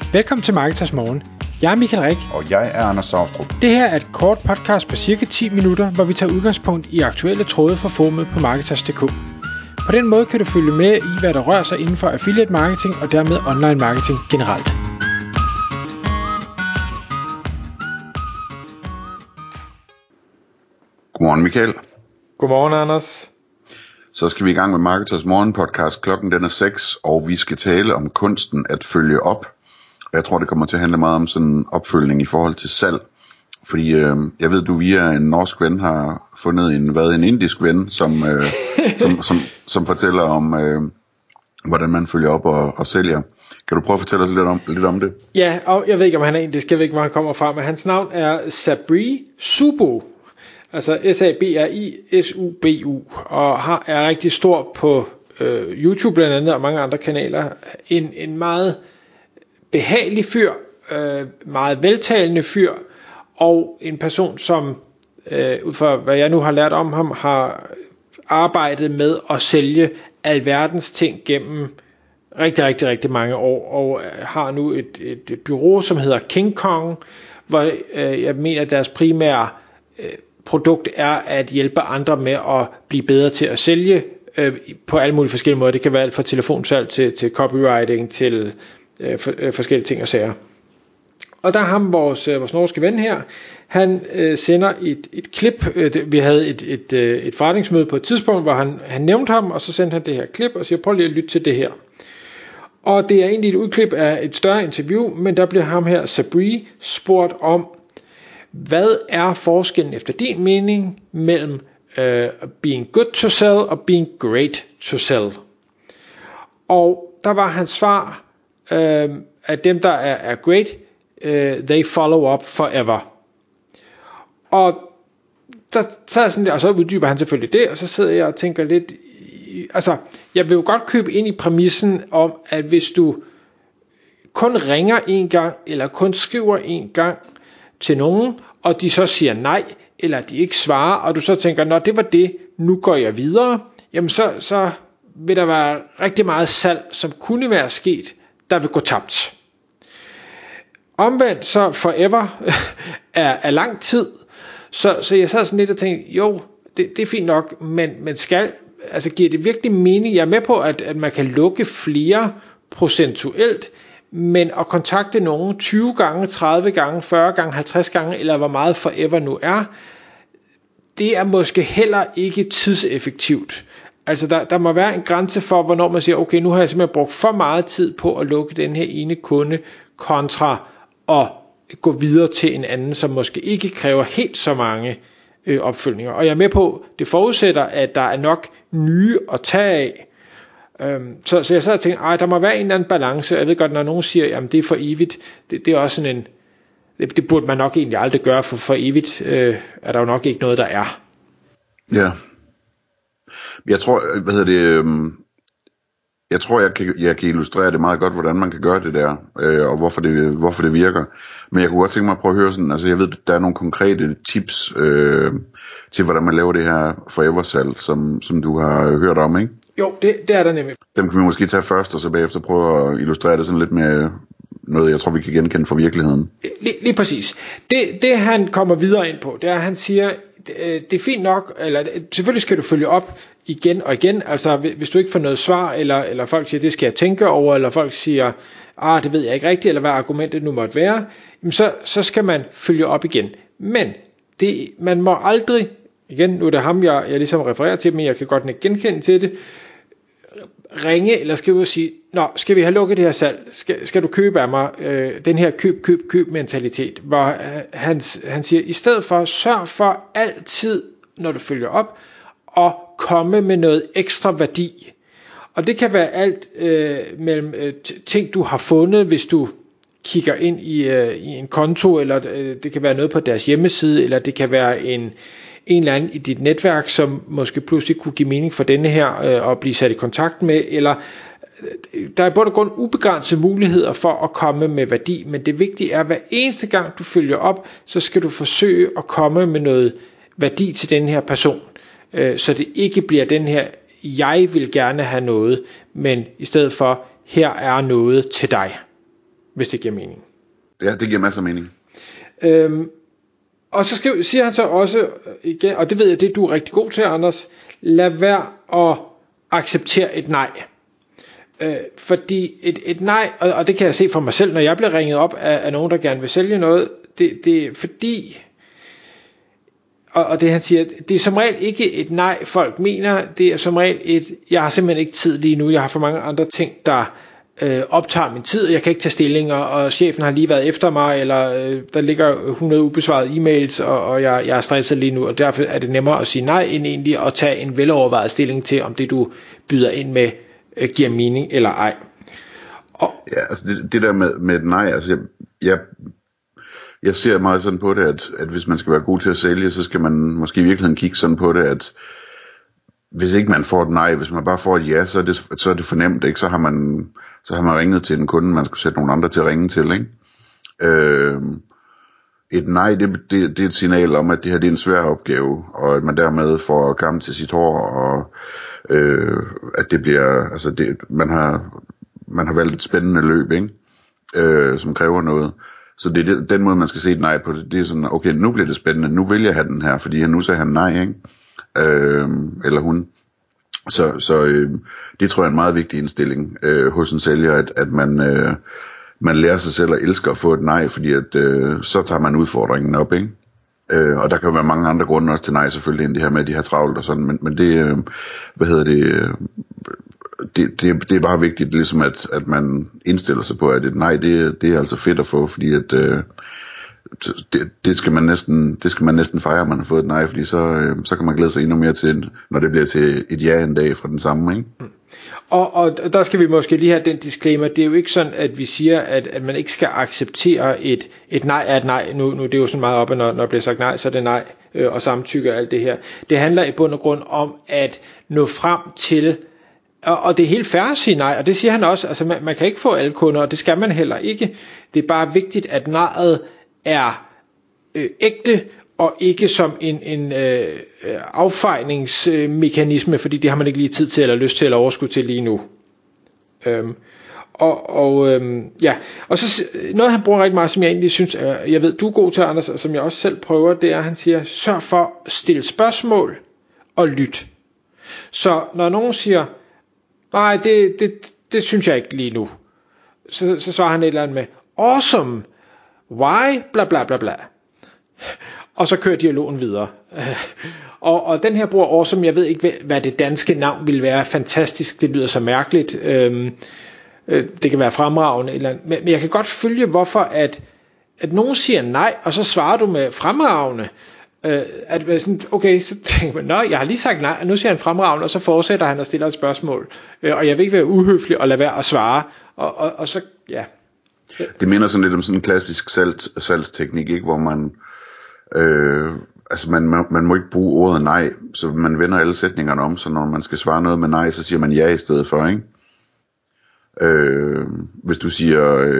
Velkommen til Marketers Morgen. Jeg er Michael Rik. Og jeg er Anders Saustrup. Det her er et kort podcast på cirka 10 minutter, hvor vi tager udgangspunkt i aktuelle tråde fra forumet på Marketers.dk. På den måde kan du følge med i, hvad der rører sig inden for affiliate marketing og dermed online marketing generelt. Godmorgen Michael. Godmorgen Anders. Så skal vi i gang med Marketers Morgen podcast. Klokken den er 6, og vi skal tale om kunsten at følge op. Jeg tror det kommer til at handle meget om sådan en opfølgning i forhold til salg. Fordi jeg ved du via en norsk ven har fundet en indisk ven, som fortæller om hvordan man følger op og sælger. Kan du prøve at fortælle os lidt om det? Ja, og jeg ved ikke om han er indisk, jeg ved ikke hvor han kommer fra, men hans navn er Sabri Subu. Altså S-A-B-R-I-S-U-B-U, og er rigtig stor på YouTube blandt andet og mange andre kanaler. En meget behagelig fyr, meget veltalende fyr, og en person, som ud fra hvad jeg nu har lært om ham, har arbejdet med at sælge alverdens ting gennem rigtig mange år, og har nu et bureau, som hedder King Kong, hvor jeg mener, at deres primære produkt er at hjælpe andre med at blive bedre til at sælge på alle mulige forskellige måder. Det kan være alt fra telefonsalg til copywriting til forskellige ting og sager. Og der har vores norske ven her, han sender et klip. Vi havde et forretningsmøde på et tidspunkt, hvor han nævnte ham, og så sendte han det her klip og siger, prøv lige at lytte til det her. Og det er egentlig et udklip af et større interview, men der bliver ham her, Sabri, spurgt om, hvad er forskellen efter din mening mellem being good to sell og being great to sell? Og der var hans svar, at dem der er great, they follow up forever. Og der tager sådan der, og så uddyber han selvfølgelig det, og så sidder jeg og tænker lidt, altså jeg vil jo godt købe ind i præmissen om, at hvis du kun ringer en gang, eller kun skriver en gang til nogen, og de så siger nej, eller de ikke svarer, og du så tænker, nå det var det, nu går jeg videre, jamen så vil der være rigtig meget salg, som kunne være sket, der vil gå tabt. Omvendt så forever er lang tid, så jeg sad sådan lidt og tænkte, jo, det er fint nok, men giver det virkelig mening? Jeg er med på, at man kan lukke flere procentuelt, men at kontakte nogen 20 gange, 30 gange, 40 gange, 50 gange, eller hvor meget forever nu er, det er måske heller ikke tidseffektivt. Altså der må være en grænse for, hvornår man siger, okay, nu har jeg simpelthen brugt for meget tid på at lukke den her ene kunde, kontra at gå videre til en anden, som måske ikke kræver helt så mange opfølgninger. Og jeg er med på, det forudsætter, at der er nok nye at tage af. Så jeg sad og tænkte, der må være en eller anden balance. Jeg ved godt, når nogen siger, jamen det er for evigt, det er også sådan det burde man nok egentlig aldrig gøre, for evigt er der jo nok ikke noget, der er. Ja. Jeg tror, jeg kan illustrere det meget godt, hvordan man kan gøre det der, og hvorfor det virker. Men jeg kunne godt tænke mig at prøve at høre sådan, altså jeg ved, der er nogle konkrete tips til, hvordan man laver det her forever-salg, som du har hørt om, ikke? Jo, det er der nemlig. Dem kan vi måske tage først, og så bagefter prøve at illustrere det sådan lidt med noget, jeg tror, vi kan genkende fra virkeligheden. Lige præcis. Det han kommer videre ind på, det er, at han siger, det er fint nok, eller selvfølgelig skal du følge op igen og igen, altså hvis du ikke får noget svar, eller folk siger, det skal jeg tænke over, eller folk siger, det ved jeg ikke rigtigt, eller hvad argumentet nu måtte være, så skal man følge op igen. Men man må aldrig, igen, nu er det ham, jeg ligesom refererer til, men jeg kan godt genkende til det, ringe, eller skal vi sige, skal vi have lukket det her salg, skal du købe af mig, den her køb mentalitet, hvor han siger, i stedet for, sørg for altid, når du følger op, at komme med noget ekstra værdi. Og det kan være alt mellem ting, du har fundet, hvis du kigger ind i en konto, eller det kan være noget på deres hjemmeside, eller det kan være en eller anden i dit netværk, som måske pludselig kunne give mening for denne her, at blive sat i kontakt med, eller der er både grund ubegrænsede muligheder for at komme med værdi, men det vigtige er, at hver eneste gang du følger op, så skal du forsøge at komme med noget værdi til den her person, så det ikke bliver den her, jeg vil gerne have noget, men i stedet for, her er noget til dig. hvis det giver mening. Ja, det giver masser af mening. Og så siger han så også igen, og det ved jeg, det er du er rigtig god til, Anders, lad være at acceptere et nej. Fordi et nej, og det kan jeg se for mig selv, når jeg bliver ringet op af nogen, der gerne vil sælge noget, det er fordi, og det han siger, det er som regel ikke et nej, folk mener, det er som regel jeg har simpelthen ikke tid lige nu, jeg har for mange andre ting, der optager min tid, og jeg kan ikke tage stilling, og chefen har lige været efter mig, eller der ligger 100 ubesvarede e-mails, og jeg er stresset lige nu, og derfor er det nemmere at sige nej, end egentlig at tage en velovervejet stilling til, om det du byder ind med, giver mening eller ej. Ja, altså det der med et nej, altså jeg ser meget sådan på det, at hvis man skal være god til at sælge, så skal man måske i virkeligheden kigge sådan på det, at hvis ikke man får et nej, hvis man bare får et ja, så er det for nemt, ikke? Så har man ringet til en kunde, man skulle sætte nogle andre til at ringe til, ikke? Et nej, det er et signal om, at det her det er en svær opgave, og at man dermed får kamp til sit hår, og at det bliver, altså man har valgt et spændende løb, ikke? Som kræver noget. Så det er den måde, man skal se et nej på det. Det er sådan, okay, nu bliver det spændende, nu vil jeg have den her, fordi nu sagde han nej, ikke? Eller hun. Så det tror jeg er en meget vigtig indstilling hos en sælger, at man lærer sig selv at elske at få et nej, fordi at så tager man udfordringen op, ikke? Og der kan være mange andre grunde også til nej, selvfølgelig, end det her med, at de har travlt og sådan, men det, det er bare vigtigt, ligesom at man indstiller sig på, at et nej, det er altså fedt at få, fordi at det skal man næsten fejre, at man har fået et nej, fordi så kan man glæde sig endnu mere til, når det bliver til et ja en dag fra den samme, ikke? Og der skal vi måske lige have den disclaimer. Det er jo ikke sådan, at vi siger, at man ikke skal acceptere et nej er et nej. Nu det er jo sådan meget op, at når der bliver sagt nej, så er det nej, og samtykke og alt det her. Det handler i bund og grund om at nå frem til, og det er helt fair at sige nej, og det siger han også, altså man kan ikke få alle kunder, og det skal man heller ikke. Det er bare vigtigt, at nejet er ægte, og ikke som en affejningsmekanisme, fordi det har man ikke lige tid til, eller lyst til, eller overskud til lige nu. Ja, og så noget han bruger rigtig meget, som jeg egentlig synes, jeg ved du er god til, Anders, og som jeg også selv prøver, det er, at han siger, sørg for at stille spørgsmål og lyt. Så når nogen siger, nej, det synes jeg ikke lige nu, så svarer han et eller andet med, awesome, why, bla bla bla bla. Og så kører dialogen videre. Og den her bruger awesome, jeg ved ikke, hvad det danske navn vil være, fantastisk, det lyder så mærkeligt, det kan være fremragende, eller, men jeg kan godt følge, hvorfor at nogen siger nej, og så svarer du med fremragende, at sådan, okay, så tænker man, nå, jeg har lige sagt nej, og nu siger han fremragende, og så fortsætter han og stiller et spørgsmål, og jeg vil ikke være uhøflig og lade være at svare, og så, ja. Det minder sådan lidt om sådan en klassisk salgsteknik, ikke, hvor man altså man må ikke bruge ordet nej, så man vender alle sætningerne om, så når man skal svare noget med nej, så siger man ja i stedet for, ikke? Hvis du siger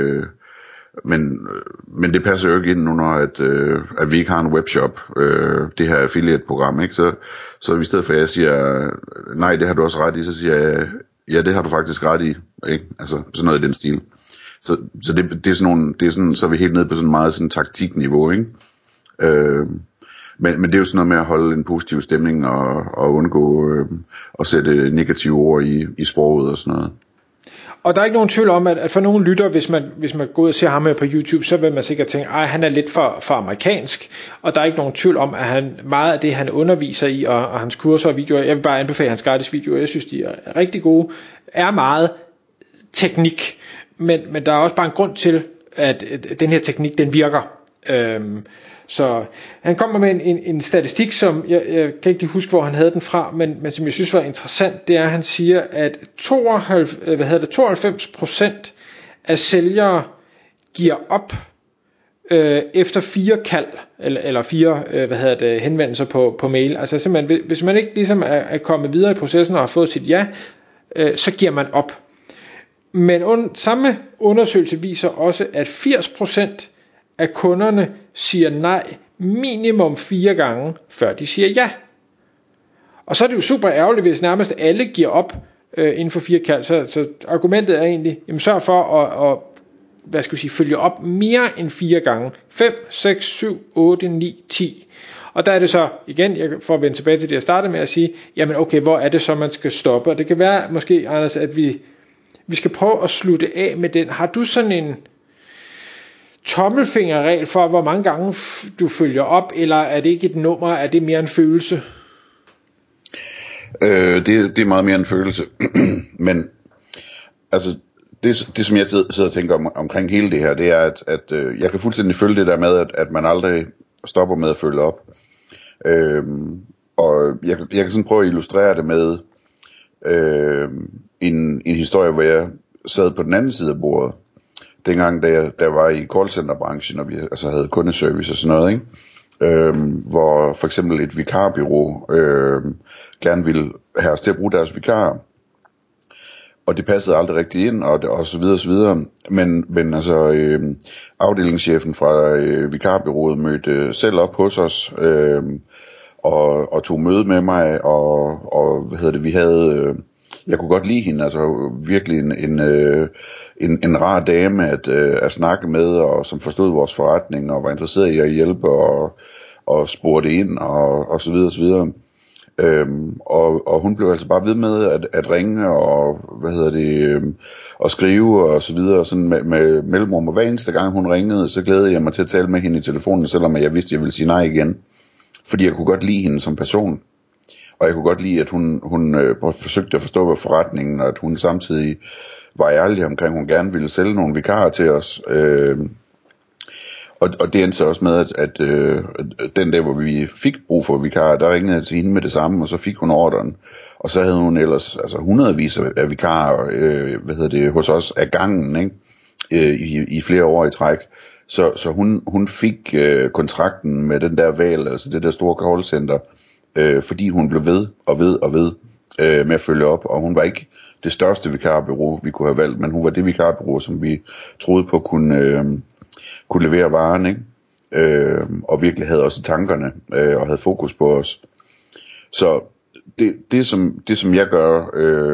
men det passer jo ikke ind nu, når at vi ikke har en webshop, det her affiliate-program, ikke? Så i stedet for at jeg siger nej, det har du også ret i, så siger jeg ja, det har du faktisk ret i, ikke? Altså sådan noget i den stil. Så det er sådan nogle, det er sådan, så er vi helt nede på sådan meget sådan taktikniveau, ikke? Men det er jo sådan noget med at holde en positiv stemning og undgå at sætte negative ord i sproget og sådan noget. Og der er ikke nogen tvivl om, at for nogle lytter, hvis man går ud og ser ham her på YouTube, så vil man sikkert tænke, ej, han er lidt for amerikansk, og der er ikke nogen tvivl om, at meget af det, han underviser i, og hans kurser og videoer, jeg vil bare anbefale hans gratis videoer, jeg synes, de er rigtig gode, er meget teknik, men der er også bare en grund til, at den her teknik, den virker. Så han kommer med en statistik, som jeg kan ikke lige huske, hvor han havde den fra, men som jeg synes var interessant, det er, at han siger, at 92% af sælgere giver op efter 4 kald, eller 4 henvendelser på mail. Altså simpelthen, hvis man ikke ligesom er kommet videre i processen og har fået sit ja, så giver man op. Men samme undersøgelse viser også, at 80% af kunderne siger nej minimum 4 gange, før de siger ja. Og så er det jo super ærgerligt, hvis nærmest alle giver op inden for 4 kald. Så argumentet er egentlig, jamen sørg for at følge op mere end 4 gange. 5, 6, 7, 8, 9, 10. Og der er det så, igen, for at vende tilbage til det, jeg startede med at sige, jamen okay, hvor er det så, man skal stoppe? Og det kan være, måske, Anders, at vi skal prøve at slutte af med den. Har du sådan en tommelfingerregel for, hvor mange gange du følger op, eller er det ikke et nummer, er det mere en følelse? Det er meget mere en følelse. Men altså det som jeg sidder og tænker omkring hele det her, det er at jeg kan fuldstændig følge det der med at man aldrig stopper med at følge op. Og jeg kan sådan prøve at illustrere det med en historie, hvor jeg sad på den anden side af bordet dengang, da jeg var i callcenterbranchen, og vi altså havde kundeservice og sådan noget, ikke? Hvor for eksempel et vikarbureau gerne ville have os til at bruge deres vikarer, og det passede aldrig rigtig ind, og så videre og så videre. Men altså afdelingschefen fra vikarbureauet mødte selv op hos os og tog møde med mig, og vi havde jeg kunne godt lide hende, altså virkelig en rar dame at snakke med, og som forstod vores forretning og var interesseret i at hjælpe og spurgte ind og så videre og så videre. Og hun blev altså bare ved med at ringe og og skrive og så videre, sådan med mellemrum, og hver eneste gang hun ringede, så glædede jeg mig til at tale med hende i telefonen, selvom jeg vidste, at jeg ville sige nej igen, fordi jeg kunne godt lide hende som person, og jeg kunne godt lide, at hun forsøgte at forstå forretningen, og at hun samtidig var ærlig omkring, at hun gerne ville sælge nogle vikarer til os. Og det endte så også med, at den der, hvor vi fik brug for vikarer, der ringede jeg til hende med det samme, og så fik hun ordren. Og så havde hun ellers hundredvis af vikarer hos os af gangen, ikke? I flere år i træk. Så hun fik kontrakten med den der valg, altså det der store callcenter, fordi hun blev ved med at følge op. Og hun var ikke det største vikarbureau, vi kunne have valgt, men hun var det vikarbureau, som vi troede på kunne levere varen, ikke? Og virkelig havde også tankerne og havde fokus på os. Så det som jeg gør,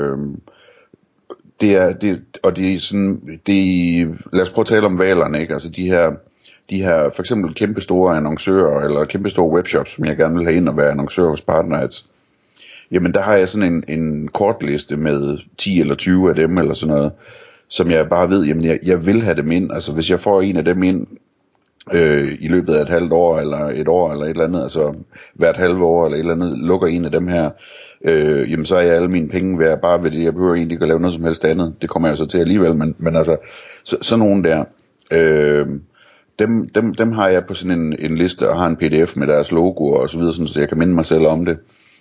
det er sådan, lad os prøve at tale om valerne, ikke? Altså de her for eksempel kæmpe store annoncører eller kæmpe store webshops, som jeg gerne vil have ind og være annoncør hos PartnerAds. Jamen der har jeg sådan en kortliste med 10 eller 20 af dem eller sådan noget, som jeg bare ved, jamen jeg vil have dem ind. Altså hvis jeg får en af dem ind i løbet af et halvt år eller et år eller et eller andet, altså hvert halve år eller et eller andet, lukker en af dem her, jamen så er jeg alle mine penge værd bare ved det. Jeg behøver egentlig ikke at lave noget som helst andet. Det kommer jeg så til alligevel, men altså sådan nogen der, dem har jeg på sådan en liste og har en pdf med deres logoer og så videre, sådan, så jeg kan minde mig selv om det.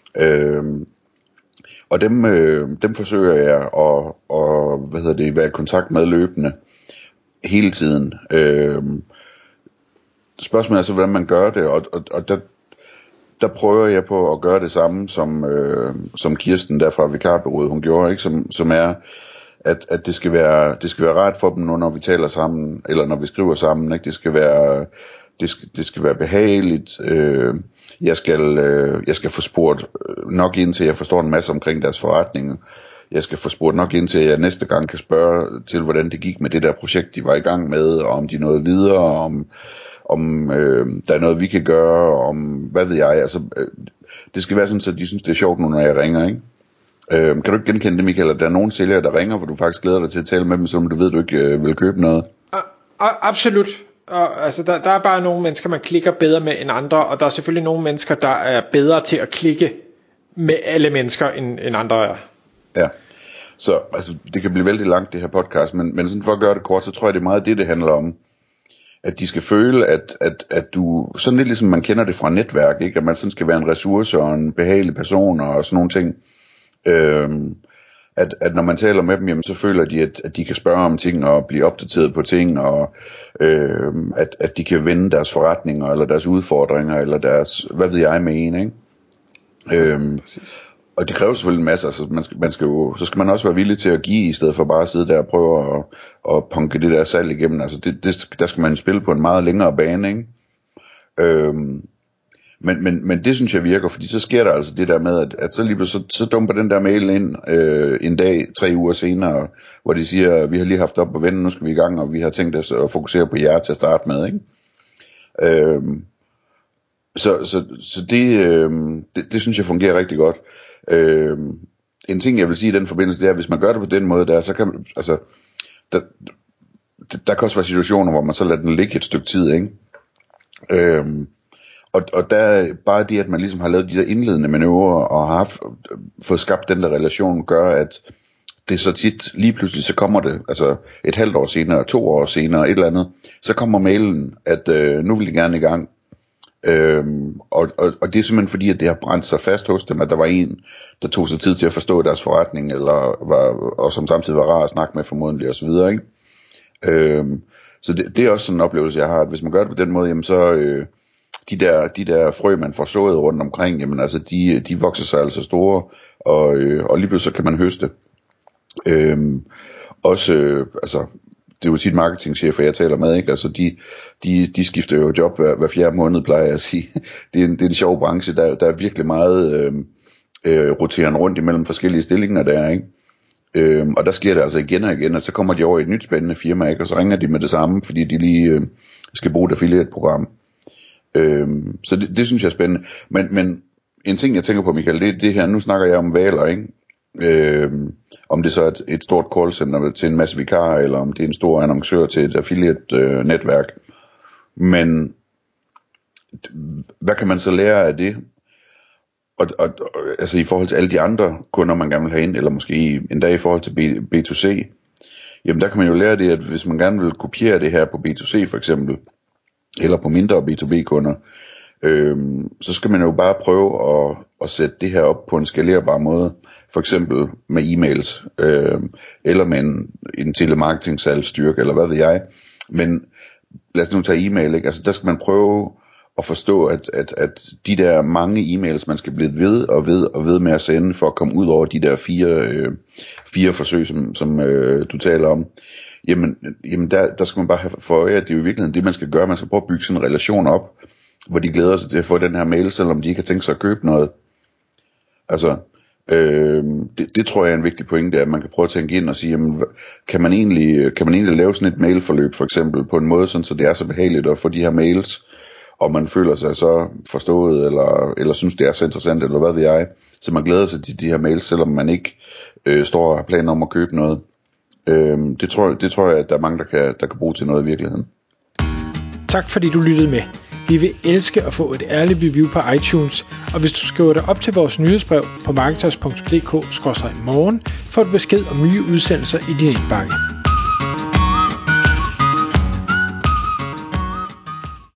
Og dem forsøger jeg at være i kontakt med løbende hele tiden. Spørgsmålet er så, hvordan man gør det, og der prøver jeg på at gøre det samme, som Kirsten der fra vikarbureauet, hun gjorde, ikke? Som er, at det skal være rart for dem nu, når vi taler sammen, eller når vi skriver sammen, ikke? Det skal være behageligt. Jeg skal få spurgt nok ind til, jeg forstår en masse omkring deres forretning. Jeg skal få spurgt nok ind til, at jeg næste gang kan spørge til, hvordan det gik med det der projekt, de var i gang med, og om de nåede videre, om der er noget, vi kan gøre, om hvad ved jeg. Altså, det skal være sådan, så de synes, det er sjovt nu, når jeg ringer, ikke? Kan du ikke genkende det, Michael, at der er nogle sælgere, der ringer, hvor du faktisk glæder dig til at tale med dem, selvom du ved, du ikke vil købe noget? Absolut. Og, altså, der er bare nogle mennesker, man klikker bedre med end andre, og der er selvfølgelig nogle mennesker, der er bedre til at klikke med alle mennesker, end andre er. Ja, så altså, det kan blive vældig langt, det her podcast, men sådan for at gøre det kort, så tror jeg, det er meget det handler om. At de skal føle, at du, sådan lidt ligesom man kender det fra netværk, ikke? At man sådan skal være en ressource og en behagelig person og sådan nogle ting. At når man taler med dem, jamen, så føler de, at de kan spørge om ting og blive opdateret på ting, og at de kan vende deres forretninger, eller deres udfordringer, eller deres, hvad ved jeg, med en, ikke? Og det kræver selvfølgelig en masse, altså så skal man også være villig til at give, i stedet for bare at sidde der og prøve at punke det der salg igennem. Altså der skal man spille på en meget længere bane, ikke? Men det synes jeg virker, fordi så sker der altså det der med, at så lige så dumper den der mail ind en dag, 3 uger senere, hvor de siger, vi har lige haft op på vende, nu skal vi i gang, og vi har tænkt os at fokusere på jer til at starte med, ikke? Så det synes jeg fungerer rigtig godt. En ting jeg vil sige i den forbindelse, det er, at hvis man gør det på den måde der, så kan altså der kan også være situationer, hvor man så lader den ligge et stykke tid, ikke? Og der er bare det, at man ligesom har lavet de der indledende manøvrer og har fået skabt den der relation, gør, at det så tit, lige pludselig så kommer det, altså et halvt år senere, 2 år senere, et eller andet, så kommer mailen, at nu vil de gerne i gang. Og det er simpelthen fordi, at det har brændt sig fast hos dem, at der var en, der tog sig tid til at forstå deres forretning, og som samtidig var rar at snakke med formodentlig og så videre, ikke? Så det er også sådan en oplevelse, jeg har, at hvis man gør det på den måde, jamen så de der frø, man får sået rundt omkring, jamen altså de vokser sig altså store, og lige pludselig kan man høste. Altså det er jo tit marketingchefer, jeg taler med, ikke? Altså de skifter jo job hver 4. måned, plejer jeg at sige. Det er en sjov branche, der er virkelig meget roterende rundt imellem forskellige stillinger der, ikke? Og der sker det altså igen og igen, og så kommer de over i et nyt spændende firma, ikke? Og så ringer de med det samme, fordi de lige skal bruge et affiliate-program. Så det synes jeg er spændende. Men en ting jeg tænker på, Michael, det her, nu snakker jeg om valer, ikke? Om det så er et stort callcenter til en masse vikarer, eller om det er en stor annoncør til et affiliate netværk. Men hvad kan man så lære af det? Og altså i forhold til alle de andre kunder, man gerne vil have ind, eller måske endda i forhold til B2C, jamen der kan man jo lære det, at hvis man gerne vil kopiere det her på B2C for eksempel, eller på mindre B2B-kunder, så skal man jo bare prøve at sætte det her op på en skalerbar måde, for eksempel med e-mails, eller med en telemarketing-salgsstyrke, eller hvad ved jeg. Men lad os nu tage e-mail, ikke? Altså der skal man prøve at forstå, at de der mange e-mails, man skal blive ved med at sende, for at komme ud over de der fire forsøg, som du taler om, jamen der skal man bare have for øje, at det er jo i virkeligheden det, man skal gøre. Man skal prøve at bygge sådan en relation op, hvor de glæder sig til at få den her mail, selvom de ikke har tænkt sig at købe noget. Altså, det tror jeg er en vigtig pointe, at man kan prøve at tænke ind og sige, jamen, kan man egentlig lave sådan et mailforløb for eksempel på en måde, sådan, så det er så behageligt at få de her mails, og man føler sig så forstået, eller synes det er så interessant, eller hvad ved jeg, så man glæder sig til de her mails, selvom man ikke står og har planer om at købe noget. Det tror jeg, at der er mange, der kan bruge til noget i virkeligheden. Tak fordi du lyttede med. Vi vil elske at få et ærligt review på iTunes, og hvis du skriver dig op til vores nyhedsbrev på marketers.dk/morgen, får du besked om nye udsendelser i din indbakke.